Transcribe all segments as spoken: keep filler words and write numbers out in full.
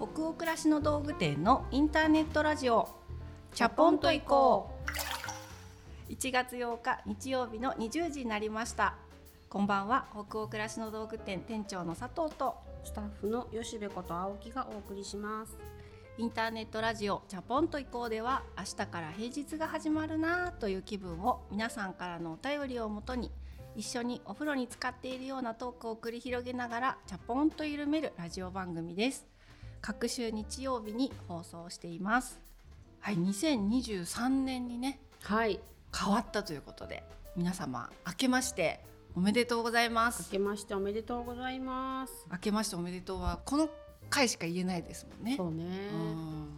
北欧暮らしの道具店のインターネットラジオチャポンと行こう。いちがつようか日曜日のにじゅうじになりました。こんばんは。北欧暮らしの道具店店長の佐藤とスタッフの吉部こと青木がお送りします。 インターネットラジオチャポンと行こうでは、明日から平日が始まるなという気分を皆さんからのお便りをもとに、一緒にお風呂に浸かっているようなトークを繰り広げながらチャポンと緩めるラジオ番組です。各週日曜日に放送しています。はい、にせんにじゅうさんねんにね、 はい、 変わったということで、皆様明けましておめでとうございます。 明けましておめでとうございます。 明けましておめでとうはこの回しか言えないですもんね。 そうね。 うん、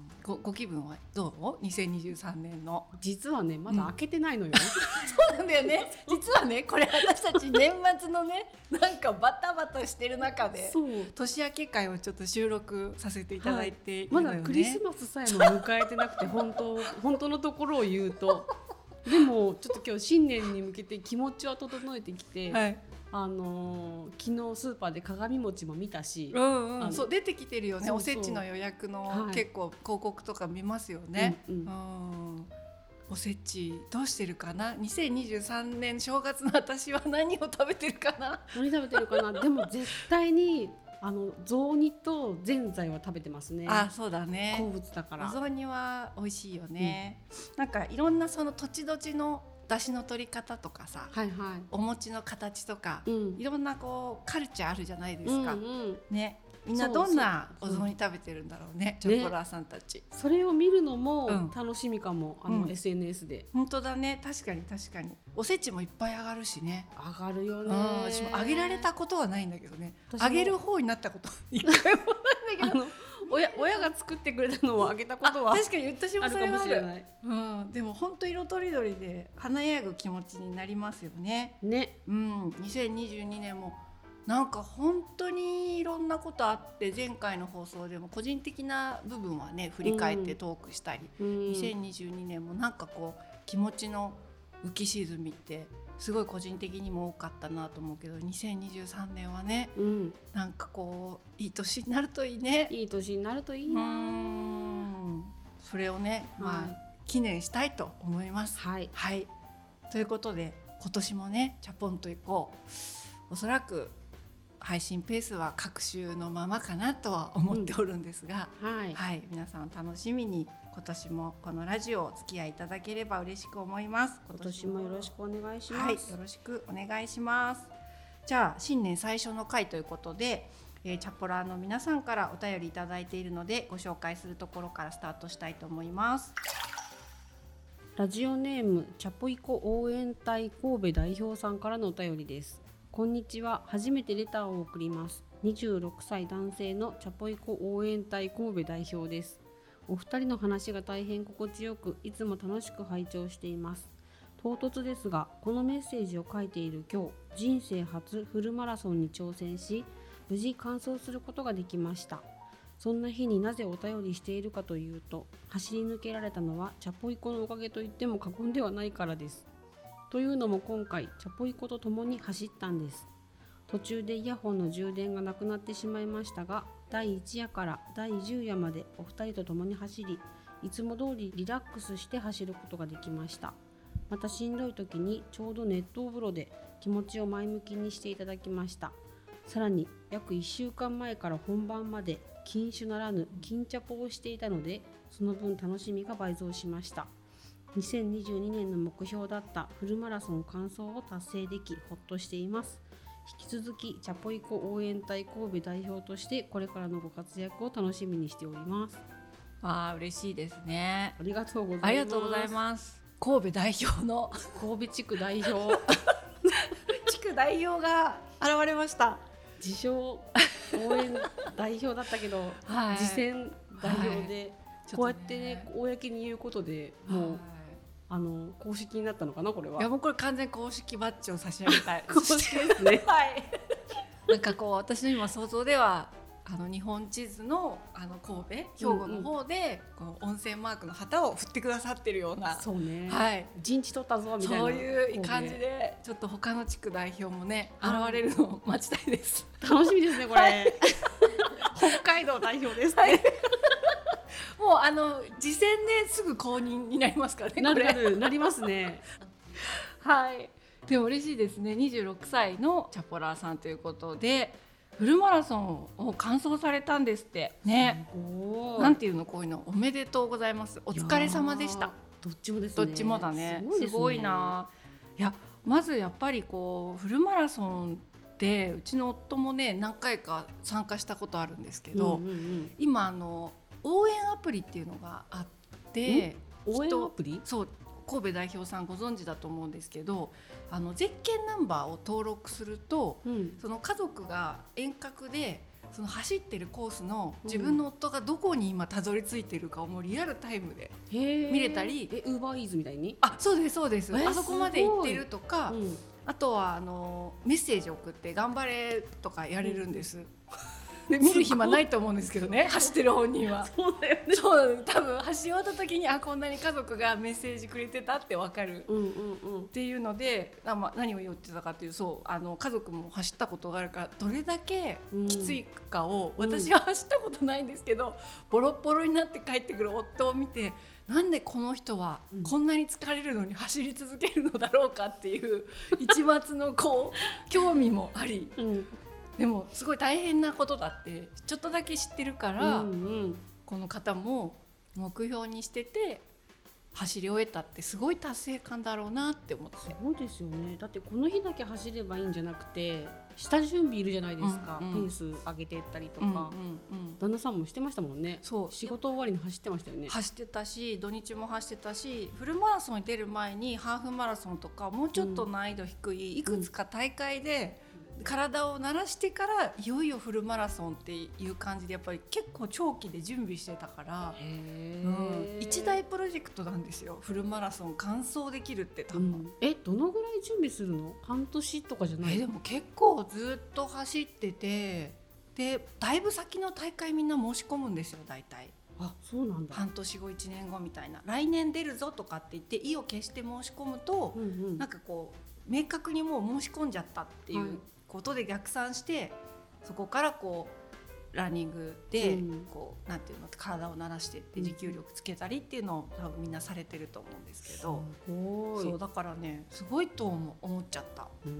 ご, ご気分はどう？にせんにじゅうさんねんの。 実はね、まだ開けてないのよ、うん、 そうなんだよね。実はね、これ私たち年末のね、なんかバタバタしてる中で年明け会をちょっと収録させていただいているのよね、 はい、まだクリスマスさえも迎えてなくて本当本当のところを言うと、でもちょっと今日新年に向けて気持ちは整えてきて、はい、あのー、昨日スーパーで鏡餅も見たし、 うんうん、そう出てきてるよね。そうそう、おせちの予約の、はい、結構広告とか見ますよね、うんうん、うん、おせちどうしてるかな。にせんにじゅうさんねん正月の私は何を食べてるかな。 何食べてるかな。でも絶対にあの雑煮とぜんざいは食べてますね。 あ、そうだね。 好物だから。 雑煮は美味しいよね、うん、なんかいろんなその土地土地の出汁の取り方とかさ、はいはい、お餅の形とか、うん、いろんなこうカルチャーあるじゃないですか、うんうん、ね、みんなどんなお雑煮食べてるんだろうね、チョコラーさんたち、ね、 それを見るのも楽しみかも、うん、あの エスエヌエス で。 本当だね。確かに確かにおせちもいっぱい上がるしね。 上がるよね。 私も上げられたことはないんだけどね。上げる方になったこと一回もないんだけど親, 親が作ってくれたのをあげたことは確かに私もそれはあるかもしれない、うん、でも本当色とりどりで華やぐ気持ちになりますよね。 ね、 うん、にせんにじゅうにねんもなんか本当にいろんなことあって、前回の放送でも個人的な部分はね振り返ってトークしたり、うん、にせんにじゅうにねんもなんかこう気持ちの浮き沈みってすごい個人的にも多かったなと思うけど、にせんにじゅうさんねんはね、うん、なんかこういい年になるといいね。 いい年になるといいな。うーん、それをね、まあ、はい、記念したいと思います。 はい、 はい、ということで今年もねチャポンと行こう。おそらく配信ペースは各週のままかなとは思っておるんですが、うんはいはい、皆さん楽しみに今年もこのラジオお付き合いいただければ嬉しく思います。 今年もよろしくお願いします、 はい、よろしくお願いします。じゃあ新年最初の回ということで、えー、チャポラーの皆さんからお便りいただいているのでご紹介するところからスタートしたいと思います。 ラジオネームチャポイコ応援隊神戸代表さんからのお便りです。こんにちは。初めてレターを送ります。にじゅうろくさい男性のチャポイコ応援隊神戸代表です。お二人の話が大変心地よく、いつも楽しく拝聴しています。唐突ですが、このメッセージを書いている今日、人生初フルマラソンに挑戦し、無事完走することができました。そんな日になぜお便りしているかというと、走り抜けられたのはチャポイコのおかげと言っても過言ではないからです。というのも今回チャポイコと共に走ったんです。途中でイヤホンの充電がなくなってしまいましたが、だいいち夜からだいじゅう夜までお二人と共に走り、いつも通りリラックスして走ることができました。またしんどい時にちょうど熱湯風呂で気持ちを前向きにしていただきました。さらに約いっしゅうかんまえから本番まで禁酒ならぬ禁チャポをしていたので、その分楽しみが倍増しました。にせんにじゅうにねんの目標だったフルマラソン完走を達成できほっとしています。引き続きチャポイコ応援隊神戸代表としてこれからのご活躍を楽しみにしております。 あー、嬉しいですね。 ありがとうございます。 ありがとうございます。神戸代表の神戸地区代表地区代表が現れました。 自称応援代表だったけど、はい、次戦代表で、はい、こうやってね公に言うことでもう、はい、あの公式になったのかな。これは。 いやもうこれ完全公式バッジを差し上げたい公式ですねはいなんかこう私の今想像ではあの日本地図 の, あの神戸兵庫の方で、うんうん、この温泉マークの旗を振ってくださってるような。 そうね、 はい、 陣地取ったぞみたいな。 そういう感じでちょっと他の地区代表もね現れるのを待ちたいです。 楽しみですねこれ、はい、 北海道代代表です、 はい、もうあの次戦ですぐ公認になりますからね。 なるなるなりますねはい、でも嬉しいですね。にじゅうろくさいのチャポラーさんということでフルマラソンを完走されたんですってね。なんていうのこういうの、おめでとうございます。お疲れ様でした。 どっちもですね。どっちもだね。すごいですね。すごいな。いやまずやっぱりこうフルマラソンってうちの夫もね何回か参加したことあるんですけど、うんうんうん、今あの応援アプリっていうのがあって、 応援アプリ？ そう、神戸代表さんご存知だと思うんですけど、あのゼッケンナンバーを登録すると、うん、その家族が遠隔でその走ってるコースの自分の夫がどこに今たどり着いてるかをもうリアルタイムで見れたり、 え、ウーバーイーツみたいに？ あ、そうですそうです。あそこまで行ってるとか、うん、あとはあのメッセージ送って頑張れとかやれるんです、うんで見る暇ないと思うんですけどね走ってる本人は。 そうだよね。 そう多分走り終わった時にあこんなに家族がメッセージくれてたって分かる、 うんうんうん、 っていうので、あ、まあ、何を言ってたかっていう、そうあの家族も走ったことがあるからどれだけきついかを、うん、私は走ったことないんですけど、うん、ボロボロになって帰ってくる夫を見て、なんでこの人はこんなに疲れるのに走り続けるのだろうかっていう一抹のこう興味もあり、うん、でもすごい大変なことだってちょっとだけ知ってるから、うんうん、この方も目標にしてて走り終えたってすごい達成感だろうなって思って。 そうですよね。だってこの日だけ走ればいいんじゃなくて下準備いるじゃないですか、うんうん、ペース上げていったりとか、うんうんうん、旦那さんもしてましたもんね。そう、仕事終わりに走ってましたよね。 走ってたし土日も走ってたし、フルマラソンに出る前にハーフマラソンとかもうちょっと難易度低い、うん、いくつか大会で体を慣らしてからいよいよフルマラソンっていう感じでやっぱり結構長期で準備してたから、へー、うん、一大プロジェクトなんですよフルマラソン完走できるって多分、うん、 えどのぐらい準備するの？半年とかじゃない？ えでも結構ずっと走ってて、でだいぶ先の大会みんな申し込むんですよ大体。 あ、そうなんだ。 半年後いちねんごみたいな、来年出るぞとかって言って意を決して申し込むと、うんうん、なんかこう明確にもう申し込んじゃったっていう、はい、ことで逆算してそこからこうランニングでこう、うん、なんていうの体を慣らしてって持久力つけたりっていうのを多分みんなされてると思うんですけど、すごい。そうだからねすごいと思、思っちゃった。うーん、うん、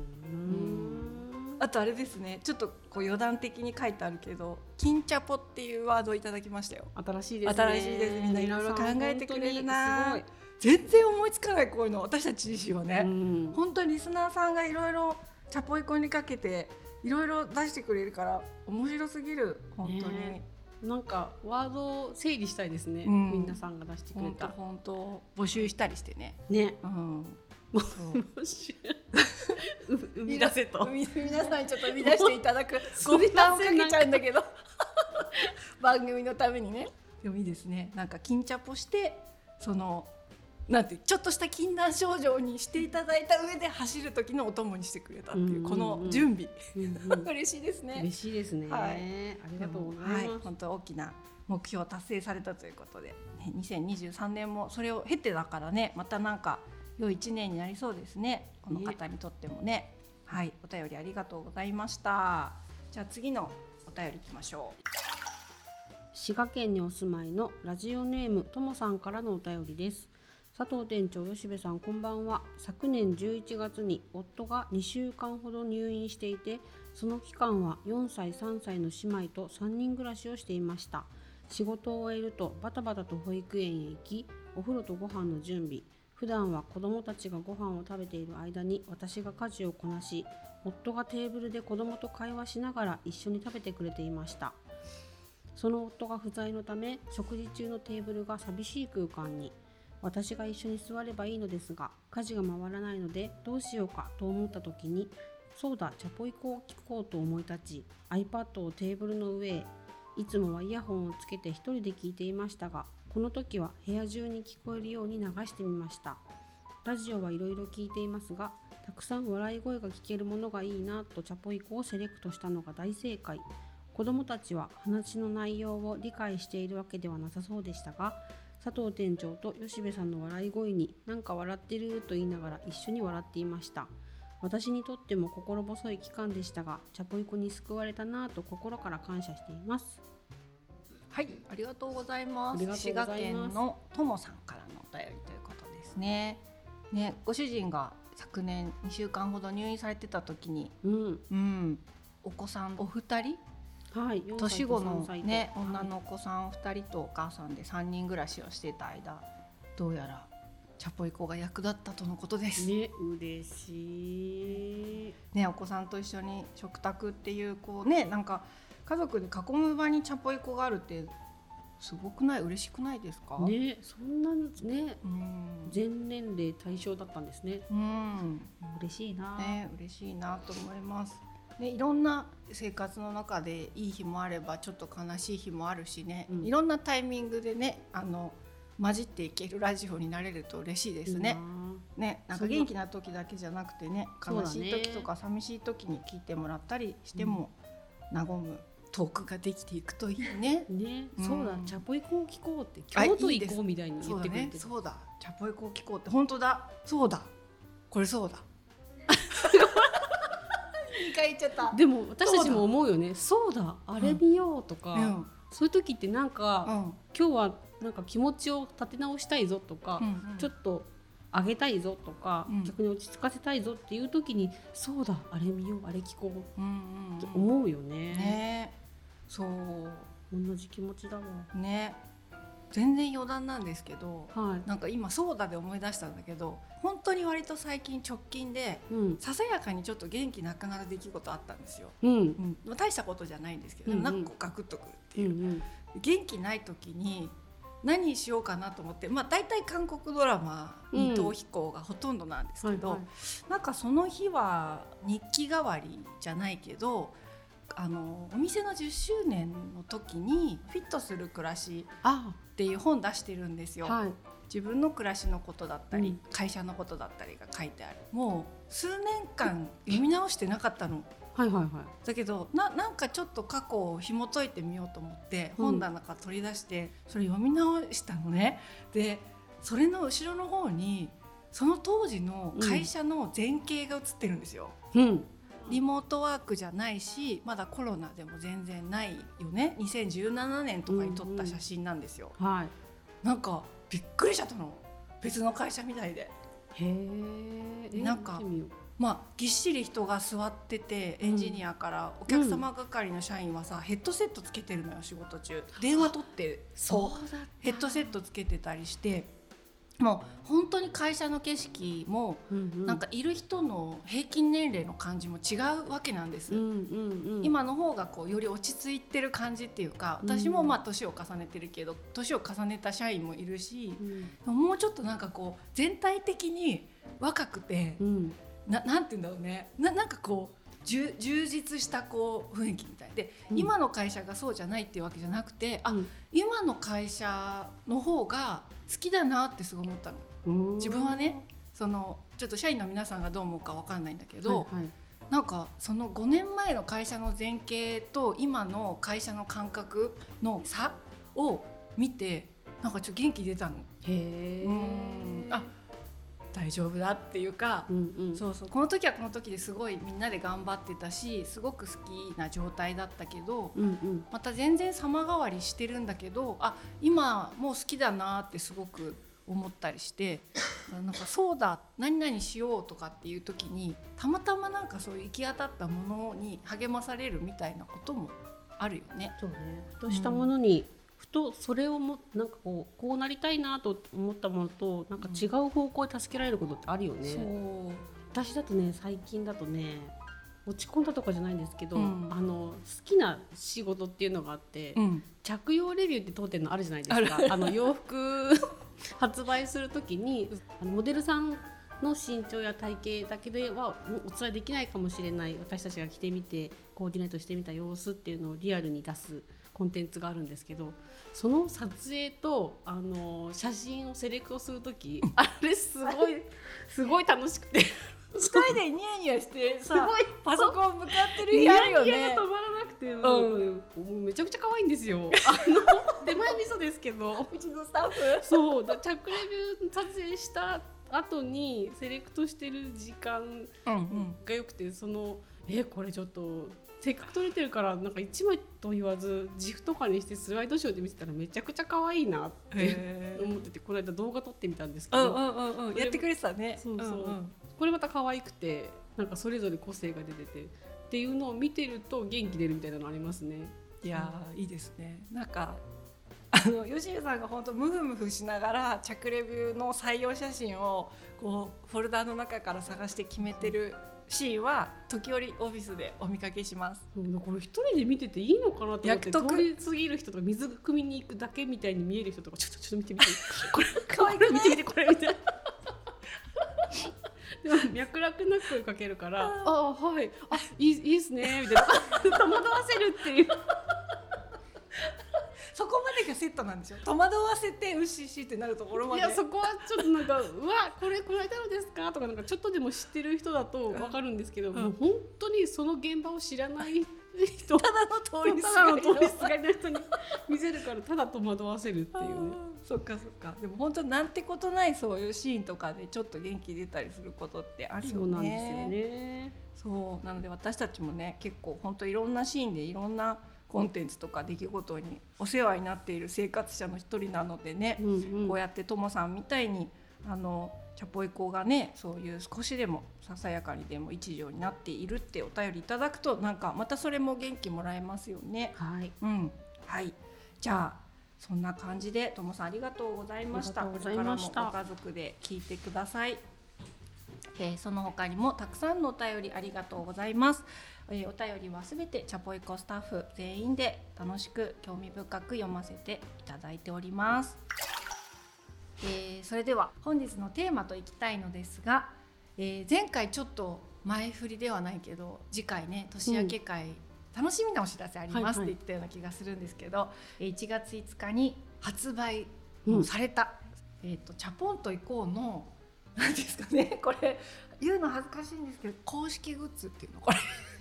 あとあれですね、ちょっとこう余談的に書いてあるけど金チャポっていうワードをいただきましたよ。 新しいですね。 新しいです。みんないろいろ考えてくれるな。すごい。全然思いつかないこういうの私たち自身はね、うん、本当にリスナーさんがいろいろチャポイコにかけていろいろ出してくれるから面白すぎる本当に、ね、 なんかワードを整理したいですね、うん、皆さんが出してくれた本当募集したりしてね、 ね、うん、募集生み出せと皆さんにちょっと生み出していただくご負担をかけちゃうんだけど番組のためにね。でもいいですね、なんか金チャポしてそのなんてちょっとした禁断症状にしていただいた上で走る時のお供にしてくれたっていう、うんうんうん、この準備、うんうん、嬉しいですね。 嬉しいですね、はい、ありがとうございます。はい、 本当大きな目標を達成されたということで、ね、にせんにじゅうさんねんもそれを経てだからね、またなんか良いいちねんになりそうですね、この方にとってもね。はい、お便りありがとうございました。じゃあ次のお便りいきましょう。 滋賀県にお住まいのラジオネームともさんからのお便りです。佐藤店長、吉部さん、こんばんは。昨年じゅういちがつに夫がにしゅうかんほど入院していて、その期間はよんさい、さんさいの姉妹とさんにん暮らしをしていました。仕事を終えるとバタバタと保育園へ行き、お風呂とご飯の準備、普段は子供たちがご飯を食べている間に私が家事をこなし、夫がテーブルで子供と会話しながら一緒に食べてくれていました。その夫が不在のため、食事中のテーブルが寂しい空間に。私が一緒に座ればいいのですが、家事が回らないのでどうしようかと思った時に、そうだ、チャポイコを聞こうと思い立ち、 iPad をテーブルの上へ。いつもはイヤホンをつけて一人で聞いていましたが、この時は部屋中に聞こえるように流してみました。ラジオはいろいろ聞いていますが、たくさん笑い声が聞けるものがいいなとチャポイコをセレクトしたのが大正解。子どもたちは話の内容を理解しているわけではなさそうでしたが、佐藤店長と吉部さんの笑い声になんか笑ってると言いながら一緒に笑っていました。私にとっても心細い期間でしたが、チャポイコに救われたなぁと心から感謝しています。 はい、ありがとうございます。 ありがとうございます。 滋賀県のともさんからのお便りということですね。ね、ご主人が昨年にしゅうかんほど入院されてた時に、 うんうん、お子さんお二人、 はい、 年子の、ね、 はい、 女の子さんふたりとお母さんでさんにん暮らしをしていた間、どうやらチャポイコが役立ったとのことです。 ね、嬉しい。 ね、お子さんと一緒に食卓っていうこうね、なんか家族で囲む場にチャポイコがあるってすごくない、嬉しくないですかね。そんなね、 うん、 全年齢対象だったんですね。 うん、 嬉しいな、 ね、嬉しいなと思います。ね、いろんな生活の中でいい日もあればちょっと悲しい日もあるしね、うん、いろんなタイミングでね、あの混じっていけるラジオになれると嬉しいですね。ね、なんか元気な時だけじゃなくてね、悲しい時とか寂しい時に聞いてもらったりしても、うん、和むトークができていくといいね。 ね、うん、そうだ、チャポイコを聞こうって京都行こうみたいに言ってくれてる。 そうだね、そうだ、チャポイコを聞こうって本当だ、そうだ、これそうだ。にかい言っちゃった。 でも私たちも思うよね。そうだ、あれ見ようとか、うん、そういう時ってなんか、うん、今日はなんか気持ちを立て直したいぞとか、うんうん、ちょっと上げたいぞとか、うん、逆に落ち着かせたいぞっていう時に、そうだ、あれ見よう、あれ聞こうって思うよね。うんうんうん、ね、 そう、 同じ気持ちだわね。全然余談なんですけど、 はい、 なんか今そうだで思い出したんだけど、本当に割と最近直近で、うん、ささやかにちょっと元気なくなる出来事あったんですよ。うんうん、大したことじゃないんですけど、うんうん、なんかこうガクッとくるっていう、うんうん、元気ない時に何しようかなと思って、まあ、大体韓国ドラマに逃避行がほとんどなんですけど、うんはいはい、なんかその日は日記代わりじゃないけど、あのお店のじゅっしゅうねんの時にフィットする暮らしっていう本出してるんですよ。はい、自分の暮らしのことだったり、うん、会社のことだったりが書いてある。もう数年間読み直してなかったの。 はいはいはい、 だけど な, なんかちょっと過去を紐解いてみようと思って本棚から取り出してそれ読み直したのね。でそれの後ろの方にその当時の会社の前景が写ってるんですよ。うん、リモートワークじゃないし、まだコロナでも全然ないよね。にせんじゅうななねんとかに撮った写真なんですよ。うんうん、はい、なんかびっくりしちゃったの。別の会社みたいで。 へー、 なんかまあ、ぎっしり人が座ってて、エンジニアからお客様係の社員はさ、うん、ヘッドセットつけてるのよ。仕事中電話取ってそうだった、 ヘッドセットつけてたりして、もう本当に会社の景色も、うんうん、なんかいる人の平均年齢の感じも違うわけなんです。うんうんうん、今の方がこうより落ち着いてる感じっていうか、私もまあ年を重ねてるけど年を重ねた社員もいるし、うん、もうちょっとなんかこう全体的に若くて、うん、な, なんて言うんだろうね、 な, なんかこう充実したこう雰囲気みたいで、うん、今の会社がそうじゃないっていうわけじゃなくて、あ、うん、今の会社の方が好きだなってすごい思ったの。自分はね、そのちょっと社員の皆さんがどう思うか分かんないんだけど、はいはい、なんかそのごねんまえの会社の前景と今の会社の感覚の差を見て、なんかちょっと元気出たの。へー、うん、あ、大丈夫だっていうか、うんうん、そうそう、この時はこの時ですごいみんなで頑張ってたし、すごく好きな状態だったけど、うんうん、また全然様変わりしてるんだけど、あ、今もう好きだなってすごく思ったりして、なんかそうだ、何々しようとかっていう時にたまたまなんかそういう行き当たったものに励まされるみたいなこともあるよね。 そうね、ふとしたものに、うん、ふとそれをもなんかこう、こうなりたいなと思ったものとなんか違う方向で助けられることってあるよね。うん、そう、私だとね、最近だとね、落ち込んだとかじゃないんですけど、うん、あの好きな仕事っていうのがあって、うん、着用レビューって通ってるのあるじゃないですか。あの洋服発売するときにあのモデルさんの身長や体型だけではお伝えできないかもしれない私たちが着てみてコーディネートしてみた様子っていうのをリアルに出すコンテンツがあるんですけど、その撮影とあの写真をセレクトするときあれすごいすごい楽しくてふたりでニヤニヤしてさ、すごいパソコン向かってる日あるよね。 ニヤニヤが止まらなくて、うん、めちゃくちゃ可愛いんですよ。あの手前味噌ですけどうちのスタッフそうだ、着レビュー撮影した後にセレクトしてる時間がよくて、そのえこれちょっとせっかく撮れてるからなんかいちまいと言わずジフとかにしてスライドショーで見てたらめちゃくちゃ可愛いなって思ってて、この間動画撮ってみたんですけど、 うんうんうんうん、やってくれてたね。 そうそう、 うんうん、これまた可愛くてなんかそれぞれ個性が出ててっていうのを見てると元気出るみたいなのありますね。 いやー、いいですね。なんかあの吉部さんが本当ムフムフしながら着レビューの採用写真をこうフォルダの中から探して決めてるシーンは時折オフィスでお見かけします。 うん、これ一人で見てていいのかなと思って、通り過ぎる人とか水汲みに行くだけみたいに見える人とかちょっとちょっと見てみてこれ可愛い見てみてこれみたいなでも脈絡なく声かけるからああはいあいいいいですねみたいな戸惑わせるっていうそこまでがセットなんですよ。戸惑わせてうししってなるところまで。 いやそこはちょっとなんかうわこれこの間のですかとかなんかちょっとでも知ってる人だと分かるんですけど、うん、もう本当にその現場を知らない人ただの通りすがりの人に見せるからただ戸惑わせるっていうね。 そっかそっか。でも本当なんてことないそういうシーンとかでちょっと元気出たりすることってあるよね。 そうなんですよね。 そうなので私たちもね結構本当いろんなシーンでいろんなコンテンツとか出来事にお世話になっている生活者の一人なのでね、うんうん、こうやってともさんみたいにあのチャポイコがねそういう少しでもささやかにでも一助になっているってお便りいただくとなんかまたそれも元気もらえますよね。 はい、 うんはい、じゃあそんな感じでともさんありがとうございました。これからもご家族で聞いてください。えー、その他にもたくさんのお便りありがとうございます。えー、お便りはすべてチャポイコスタッフ全員で楽しく興味深く読ませていただいております。えー、それでは本日のテーマといきたいのですが、えー、前回ちょっと前振りではないけど次回ね年明け会、うん、楽しみなお知らせありますって言ったような気がするんですけど、はいはい、いちがついつかに発売された、うん、えーと、チャポンと行こうの何ですかね、これ言うの恥ずかしいんですけど公式グッズっていうのこれ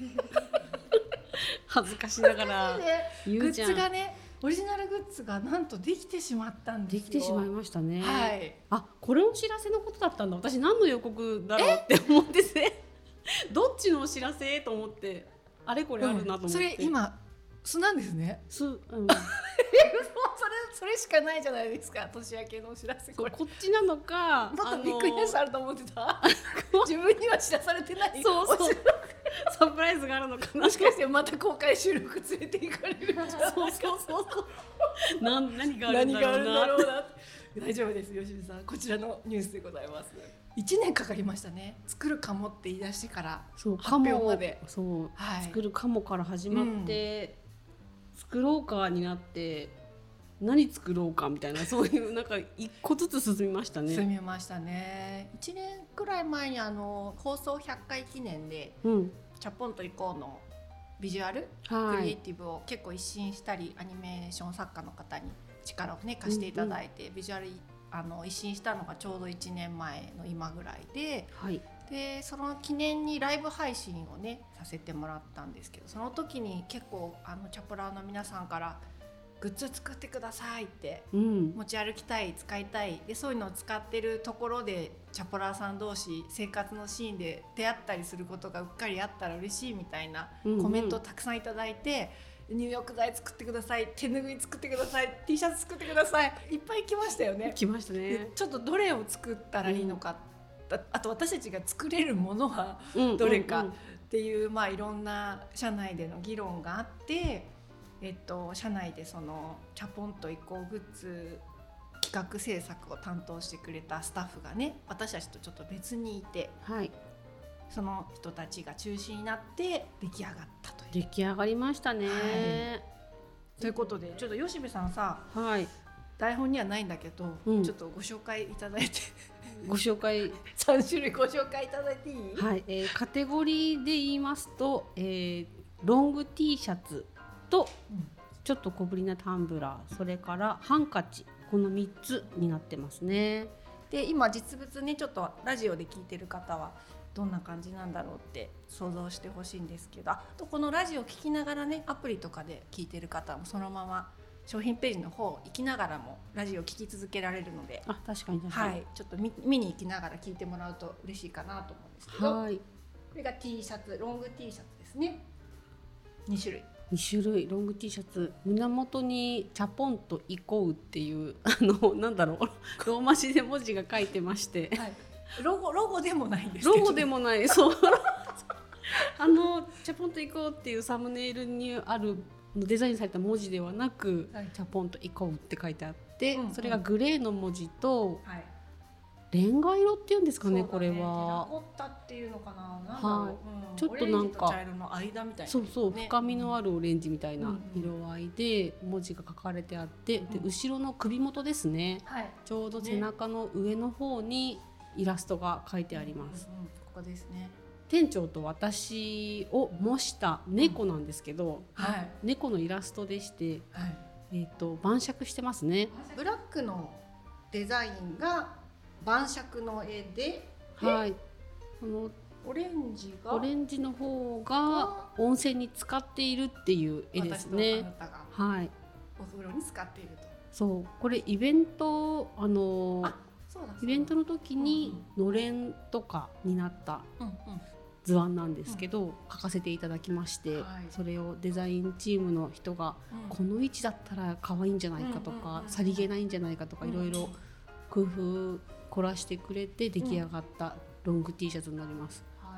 恥ずかしながら言うじゃん。グッズがねオリジナルグッズがなんとできてしまったんですよ。 できてしまいましたね。 はい。 あ、これのお知らせのことだったんだ。私何の予告だろうって思っててどっちのお知らせと思ってあれこれあるなと思って、うん、 それ今素なんですね。 素、うん、 それそれしかないじゃないですか年明けのお知らせ。 これこっちなのかもっとビッグニュースあると思ってた自分には知らされてない。 そうそうサプライズがあるのかな。 もしかしてまた公開収録連れて行かれるんじゃないか。 そうそうそうそうな何があるんだろうな。何があるんだろうな大丈夫です吉見さん、こちらのニュースでございます。いちねんかかりましたね。作るかもって言い出してからそう発表まで。 そう、はい、作るかもから始まって、うん、作ろうかになって何作ろうかみたいなそういうなんか一個ずつ進みましたね。 進みましたね。いちねんくらい前にあの放送ひゃっかい記念で、うん、チャポンと行こうのビジュアル、はい、クリエイティブを結構一新したりアニメーション作家の方に力をね貸していただいて、うんうん、ビジュアルあの一新したのがちょうどいちねんまえの今ぐらいで、はい、でその記念にライブ配信をねさせてもらったんですけど、その時に結構あのチャポラーの皆さんからグッズ作ってくださいって、うん、持ち歩きたい使いたいでそういうのを使ってるところでチャポラーさん同士生活のシーンで出会ったりすることがうっかりあったら嬉しいみたいなコメントをたくさんいただいて、うんうん、入浴剤作ってください、手ぬぐい作ってください、 T シャツ作ってください、いっぱい来ましたよね。 来ましたね。 ちょっとどれを作ったらいいのか、うん、あと私たちが作れるものはどれかっていう、うんうんうん、まあいろんな社内での議論があってえっと、社内でそのチャポンと移行グッズ企画制作を担当してくれたスタッフがね私たちとちょっと別にいて、はい、その人たちが中心になって出来上がったという。 出来上がりましたね、はい、 ということでちょっと吉部さんさ、 はい、 台本にはないんだけど、うん、ちょっとご紹介いただいてご紹介さん種類ご紹介いただいていい？ はい、えー、カテゴリーで言いますと、えー、ロング T シャツとちょっと小ぶりなタンブラー、それからハンカチ、このみっつになってますね。 で今実物ねちょっとラジオで聞いてる方はどんな感じなんだろうって想像してほしいんですけど、あとこのラジオ聞きながらねアプリとかで聞いてる方もそのまま商品ページの方行きながらもラジオ聞き続けられるので、 あ確かに確かに、 はい、ちょっと 見, 見に行きながら聞いてもらうと嬉しいかなと思うんですけど、はい、これが T シャツ、ロング T シャツですね。 に種類に種類ロング T シャツ、胸元にチャポンと行こうっていうあのなんだろうローマ字で文字が書いてまして、 はい、ロゴロゴでもないんですけど、 ロゴでもないそうあのチャポンと行こうっていうサムネイルにあるデザインされた文字ではなく、はい、チャポンと行こうって書いてあって、うんうん、それがグレーの文字と、はい、レンガ色っていうんですか ね, ねこれはテラコッタっていうのかな、なんだろう、はい、うん、 ちょっとなんかオレンジと茶色の間みたいな、ね、 そうそう深みのあるオレンジみたいな色合いで文字が書かれてあって、うんうん、で後ろの首元ですね、はい、ちょうど背中の上の方にイラストが書いてあります、 うんうん、ここですね。 店長と私を模した猫なんですけど、うんはい、猫のイラストでして、はいえー、と晩酌してますね。 ブラックのデザインが晩酌の絵で、 はい、このオレンジがオレンジの方が温泉に浸かっているっていう絵ですね。 私とあなたが、はい、お風呂に浸かっていると。 そうこれイベントあのあそうだそうだイベントの時にのれんとかになった図案なんですけど、うんうん、書かせていただきまして、はい、それをデザインチームの人が、うん、この位置だったら可愛いんじゃないかとか、うんうん、さりげないんじゃないかとか、いろいろ工夫凝らしてくれて出来上がったロング T シャツになります、うんはい、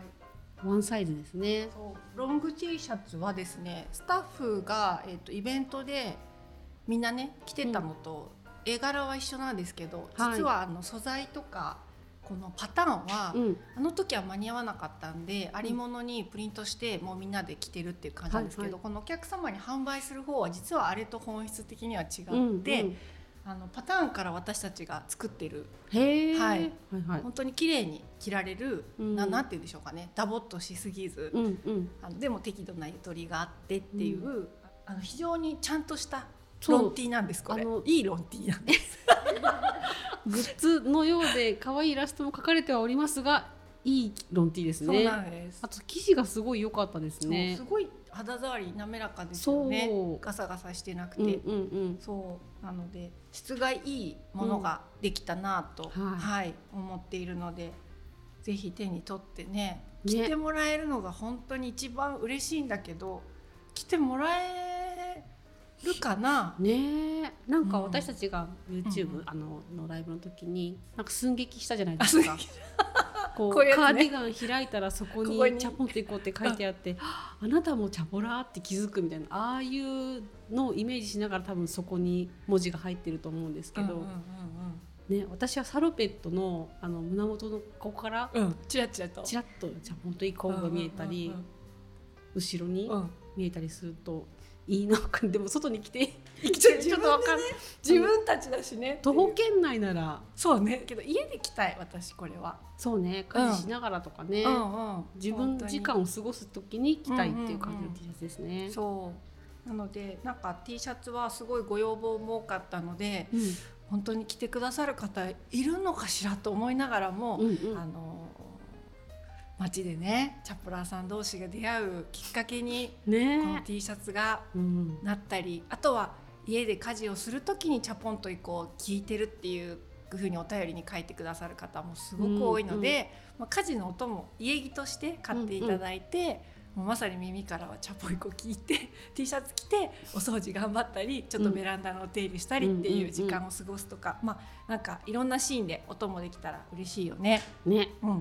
ワンサイズですね。 そうロング T シャツはですね、スタッフが、えーと、イベントでみんなね着てたのと、うん、絵柄は一緒なんですけど、実はあの素材とかこのパターンは、うん、あの時は間に合わなかったんで、うん、ありものにプリントしてもうみんなで着てるっていう感じなんですけど、はいはい、このお客様に販売する方は実はあれと本質的には違って、うんうんあのパターンから私たちが作ってる、 へー、 はいはいはい、本当に綺麗に着られる、うん、な, なんて言うんでしょうかね、ダボっとしすぎず、うんうん、あのでも適度なゆとりがあってっていう、うん、あの非常にちゃんとしたロン T なんです。これあのいいロン T なんですグッズのようで可愛いイラストも描かれてはおりますが、いいロン T ですね。 そうなんです。 あと生地がすごい良かったですね。 すごい肌触り滑らかですよね。ガサガサしてなくて、うんうんうん、そうなので質がいいものができたなと、うんはいはい、思っているので、ぜひ手に取ってね着てもらえるのが本当に一番嬉しいんだけど、着てもらえるかなね。なんか私たちが YouTube、うん、あののライブの時になんか寸劇したじゃないですか。こうこう、ね、カーディガン開いたらそこにチャポンっていこうって書いてあってあなたもチャポラーって気づくみたいな、ああいうのをイメージしながら多分そこに文字が入ってると思うんですけど、うんうんうんうんね、私はサロペット の, あの胸元のここから、うん、チラッチラとチラッとチャポンといこうが見えたり、うんうんうんうん、後ろに見えたりするといいのか。でも外に来てちょっとわかんない、 自分たちだしね。 徒歩圏内ならそうね、けど家で着たい私これは。 そうね、家事しながらとかね、うんうん、自分時間を過ごす時に着たいっていう感じの T シャツですね、うんうんうん、 そうなのでなんか T シャツはすごいご要望も多かったので、うん、本当に着てくださる方いるのかしらと思いながらも、うんうん、あの街でねチャポラーさん同士が出会うきっかけに、ね、この T シャツがなったり、うん、あとは家で家事をするときにチャポンといこう聞いてるっていう風にお便りに書いてくださる方もすごく多いので、うんうんまあ、家事の音も家着として買っていただいて、うんうん、もうまさに耳からはチャポイコ聞いてT シャツ着てお掃除頑張ったりちょっとベランダのお手入れしたりっていう時間を過ごすとか、まあなんかいろんなシーンで音もできたら嬉しいよね。 ね、 うん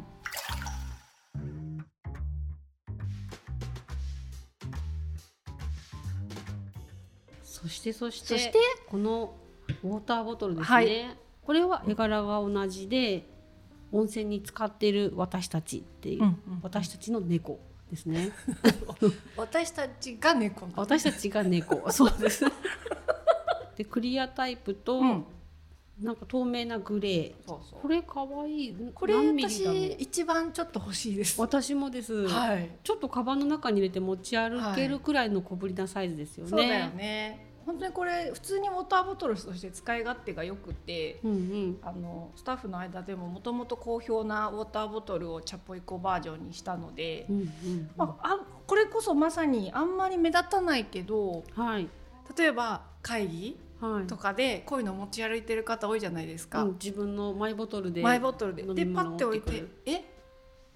そしてそして、そしてこのウォーターボトルですね、はい、これは絵柄が同じで温泉に使っている私たちっていう、うんうん、私たちの猫ですね私たちが猫私たちが猫そうですでクリアタイプと、うん、なんか透明なグレー、そうそうこれかわいい。 これ私一番ちょっと欲しいです。 私もです、はい、ちょっとカバンの中に入れて持ち歩けるくらいの小ぶりなサイズですよね、 はい、そうだよね。本当にこれ普通にウォーターボトルとして使い勝手がよくて、うんうん、あのスタッフの間でももともと好評なウォーターボトルをチャポイコバージョンにしたので、うんうんうんまあ、あこれこそまさにあんまり目立たないけど、はい、例えば会議とかでこういうの持ち歩いてる方多いじゃないですか、 うん、自分のマイボトルでマイボトルででパッて置いてえ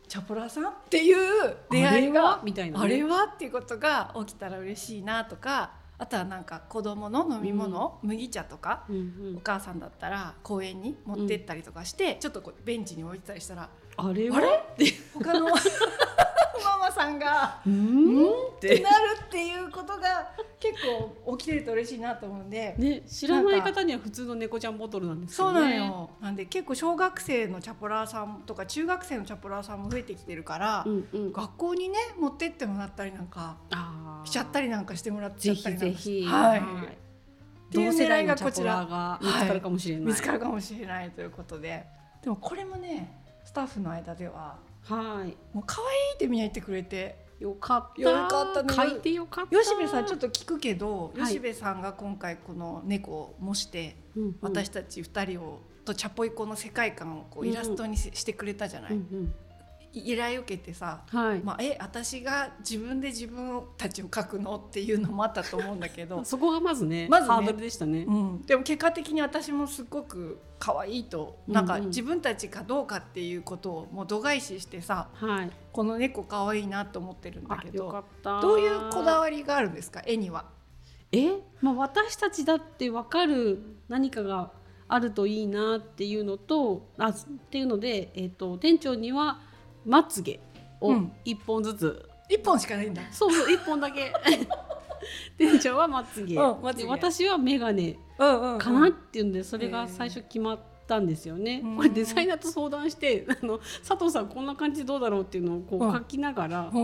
チャポラさんっていう出会いがあれはみたいな、ね、 あれはっていうことが起きたら嬉しいなとか、あとはなんか子供の飲み物、うん、麦茶とか、うんうん、お母さんだったら公園に持ってったりとかして、うん、ちょっとこうベンチに置いてたりしたら、 あれはあれって他のママさんがうんってなるっていうことが結構起きてると嬉しいなと思うんで、 ね、知らない方には普通の猫ちゃんボトルなんですよね。 そうなのよ。なんで結構小学生のチャポラーさんとか中学生のチャポラーさんも増えてきてるから、うんうん、学校にね持ってってもらったりなんかしちゃったりなんかしてもらっちゃったりなんか、ぜひぜひ、はい、 同世代のチャポラーが見つかるかもしれない、 はい、見つかるかもしれないということで、でもこれもねスタッフの間では、 はい、 もう可愛いってみんな言ってくれて、 よかったよかったね。 書いてよかった。 吉部さんちょっと聞くけど、はい、吉部さんが今回この猫を模して、うんうん、私たちふたりをとチャポイコの世界観をこうイラストに し,、うん、してくれたじゃない、うんうん、依頼を受けてさ、はい、まあ、え私が自分で自分たちを描くのっていうのもあったと思うんだけどそこがまずね、 まずねハードルでしたね、 うん、でも結果的に私もすごく可愛いと、なんか自分たちかどうかっていうことをもう度外視してさ、はい、この猫可愛いなと思ってるんだけど、 よかった。 どういうこだわりがあるんですか、絵には。 え、まあ、私たちだって分かる何かがあるといいなっていうのと、あっていうので、えーと、店長にはまつげをいっぽんずつ、 うん、いっぽんしかないんだ。 そうそう、いっぽんだけ店長はまつげ、うん、まつげで私はメガネかなっていうんで、それが最初決まったんですよね。これデザイナーと相談して、あの佐藤さんこんな感じどうだろうっていうのをこう書きながら、うん、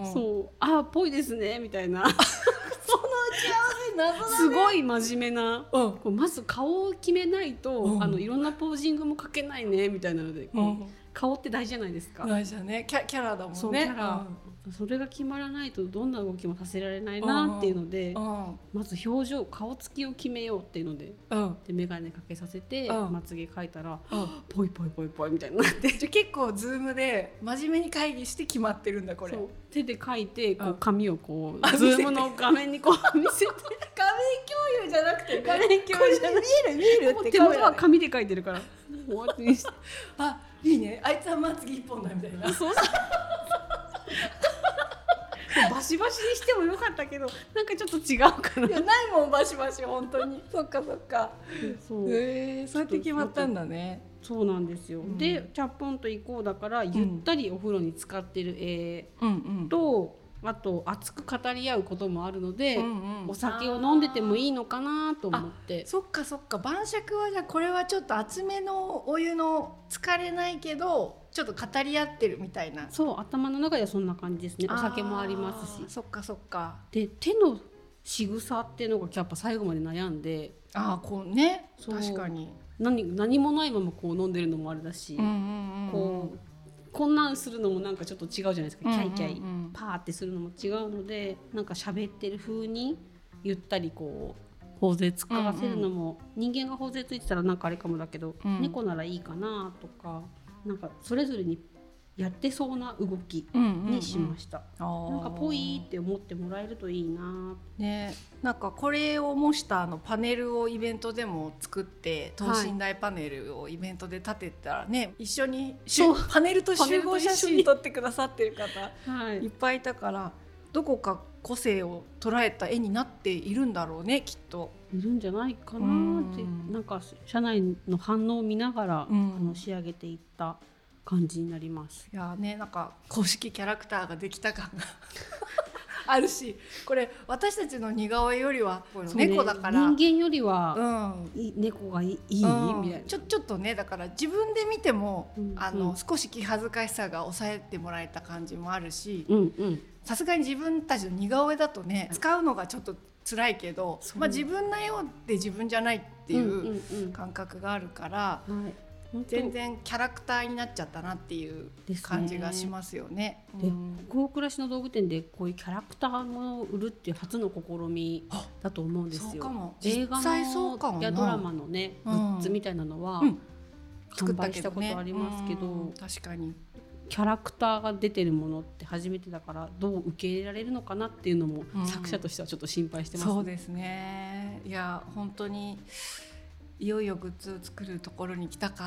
そう、あっぽいですねみたいなその打ち合わせ謎だね。 すごい真面目な、うん、こうまず顔を決めないと、うん、あのいろんなポージングも書けないねみたいなので、うん、顔って大事じゃないですか。 大事だね。キャ、キャラだもんね。 そう、キャラ、うん、それが決まらないとどんな動きもさせられないなっていうので、うんうん、まず表情、顔つきを決めようっていうので、うん、で眼鏡かけさせて、うん、まつげ描いたら、うん、ポイポイポイポイみたいになってじゃ結構ズームで真面目に会議して決まってるんだこれ。 そう、手で描いてこう紙をこう、うん、ズームの画面にこう見せて画面共有じゃなくて、ね、 画面共有じゃなくて見える見えるって手元は紙で描いてるから終わってあ、いいね、あいつはまつげ一本だみたいな。そうそうバシバシにしてもよかったけど、なんかちょっと違うかな。 いや、ないもんバシバシ本当に。そっかそっか。そう、えー、そうやって決まったんだね。 そうなんですよ、うん、でチャッポンと行こうだからゆったりお風呂に浸かってる絵と、うんうん、あと熱く語り合うこともあるので、うんうん、お酒を飲んでてもいいのかなと思って。 そっかそっか、晩酌はじゃあこれはちょっと厚めのお湯の疲れないけどちょっと語り合ってるみたいな。 そう、頭の中ではそんな感じですね。お酒もありますし。 そっかそっか。 で手の仕草っていうのがやっぱ最後まで悩んで、 ああこうね、確かに何, 何もないままこう飲んでるのもあれだし、うんうんうんうん、こうこんなんするのもなんかちょっと違うじゃないですか、うんうんうん、キャイキャイパーってするのも違うので、なんか喋ってる風にゆったりこう頬杖つかせるのも、うんうん、人間が頬杖ついてたらなんかあれかもだけど、うん、猫ならいいかなとか、なんかそれぞれにやってそうな動きにしました、うんうんうん、なんかぽいって思ってもらえるといいな、 ね、なんかこれを模したあのパネルをイベントでも作って等身大パネルをイベントで立てたらね、はい、一緒にパネルと集合写真撮ってくださってる方、はい、いっぱいいたから、どこか個性を捉えた絵になっているんだろうね、きっといるんじゃないかなって、なんか社内の反応を見ながら、うん、あの仕上げていった感じになります。 いやね、なんか公式キャラクターができた感があるし、これ私たちの似顔絵よりはこの猫だから、 ね、人間よりは、うん、猫がいい、いい、うん、みたいな、 ちょ、ちょっとね、だから自分で見ても、うんうん、あの少し気恥ずかしさが抑えてもらえた感じもあるし、さすがに自分たちの似顔絵だとね、使うのがちょっと辛いけど、まあ、自分の絵で自分じゃないっていう感覚があるから、うんうんうん、はい、全然キャラクターになっちゃったなっていう感じがしますよね。 で、北欧暮らしの道具店でこういうキャラクターも売るっていう初の試みだと思うんですよ。 そうかも。 映画のやドラマのね、グッズみたいなのは、うん、販売したことありますけど、うん、 確かにキャラクターが出てるものって初めてだから、どう受け入れられるのかなっていうのも、うん、作者としてはちょっと心配してます、ね。 そうですね。いや本当にいよいよグッズを作るところに来たかっ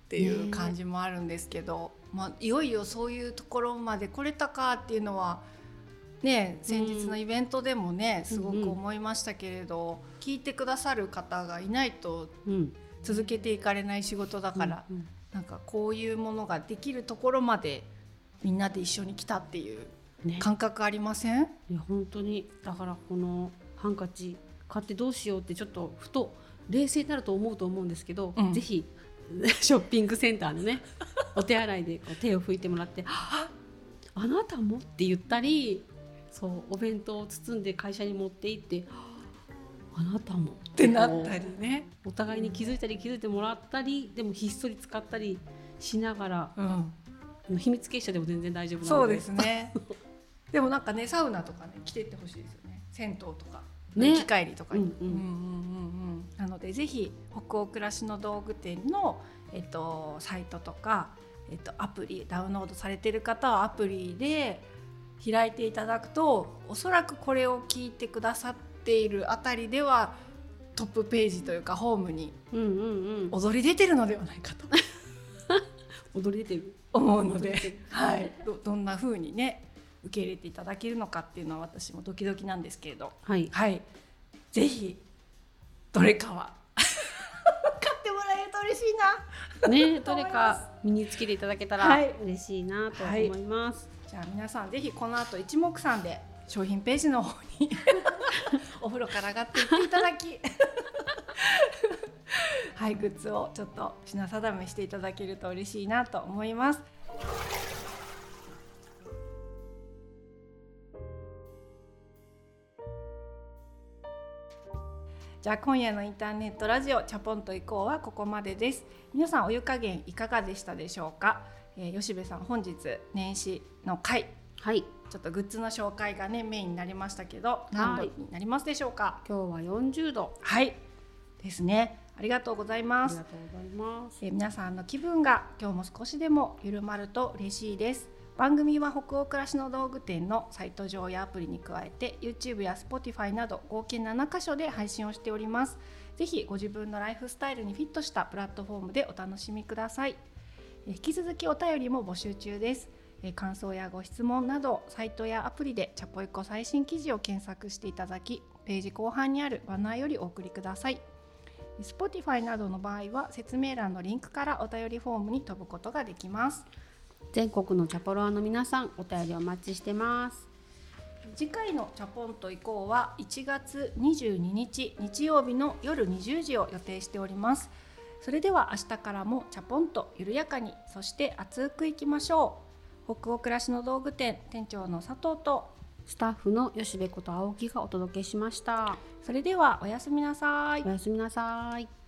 っていう感じもあるんですけど、まあ、いよいよそういうところまで来れたかっていうのはね、先日のイベントでもね、うん、すごく思いましたけれど、うん、聞いてくださる方がいないと続けていかれない仕事だから、うんうん、なんかこういうものができるところまでみんなで一緒に来たっていう感覚ありません？ ね、いや本当にだからこのハンカチ買ってどうしようってちょっとふと冷静になると思うと思うんですけど、うん、ぜひショッピングセンターのねお手洗いでこう手を拭いてもらってあなたもって言ったり、そうお弁当を包んで会社に持って行ってあなたもってなったりね、 お互いに気づいたり気づいてもらったり、でもひっそり使ったりしながら、うん、秘密結社でも全然大丈夫なので。 そうですねでもなんかね、サウナとかね来てってほしいですよね、銭湯とか行き帰りとかに。なのでぜひ北欧暮らしの道具店の、えっと、サイトとか、えっと、アプリダウンロードされている方はアプリで開いていただくと、おそらくこれを聞いてくださっているあたりではトップページというかホームに踊り出てるのではないかと踊り出てる思うので、はい、ど, どんな風にね受け入れていただけるのかっていうのは私もドキドキなんですけれど、はいはい、ぜひどれかは買ってもらえると嬉しいなねどれか身につけていただけたら嬉しいなと思います、 はいはい、じゃあ皆さんぜひこの後一目散で商品ページの方にお風呂から上がっていっていただきはい、グッズをちょっと品定めしていただけると嬉しいなと思います。じゃあ今夜のインターネットラジオチャポンと行こうはここまでです。皆さんお湯加減いかがでしたでしょうか？えー、吉部さん本日年始の回、はい、ちょっとグッズの紹介がねメインになりましたけど、何度になりますでしょうか？ 今日はよんじゅうど、 はいですね。ありがとうございます。 ありがとうございます。 えー、皆さんの気分が今日も少しでも緩まると嬉しいです。番組は北欧暮らしの道具店のサイト上やアプリに加えて YouTube や Spotify など合計ななかしょで配信をしております。ぜひご自分のライフスタイルにフィットしたプラットフォームでお楽しみください。引き続きお便りも募集中です。感想やご質問などサイトやアプリでチャポイコ最新記事を検索していただき、ページ後半にあるバナーよりお送りください。Spotify などの場合は説明欄のリンクからお便りフォームに飛ぶことができます。 全国のチャポロアの皆さん、お便りお待ちしてます。 次回のチャポンと行こうはいちがつにじゅうににち日曜日の夜にじゅうじを予定しております。それでは明日からもチャポンと緩やかに、そして熱くいきましょう。北欧暮らしの道具店店長の佐藤とスタッフの吉部こと青木がお届けしました。 それではおやすみなさい。 おやすみなさい。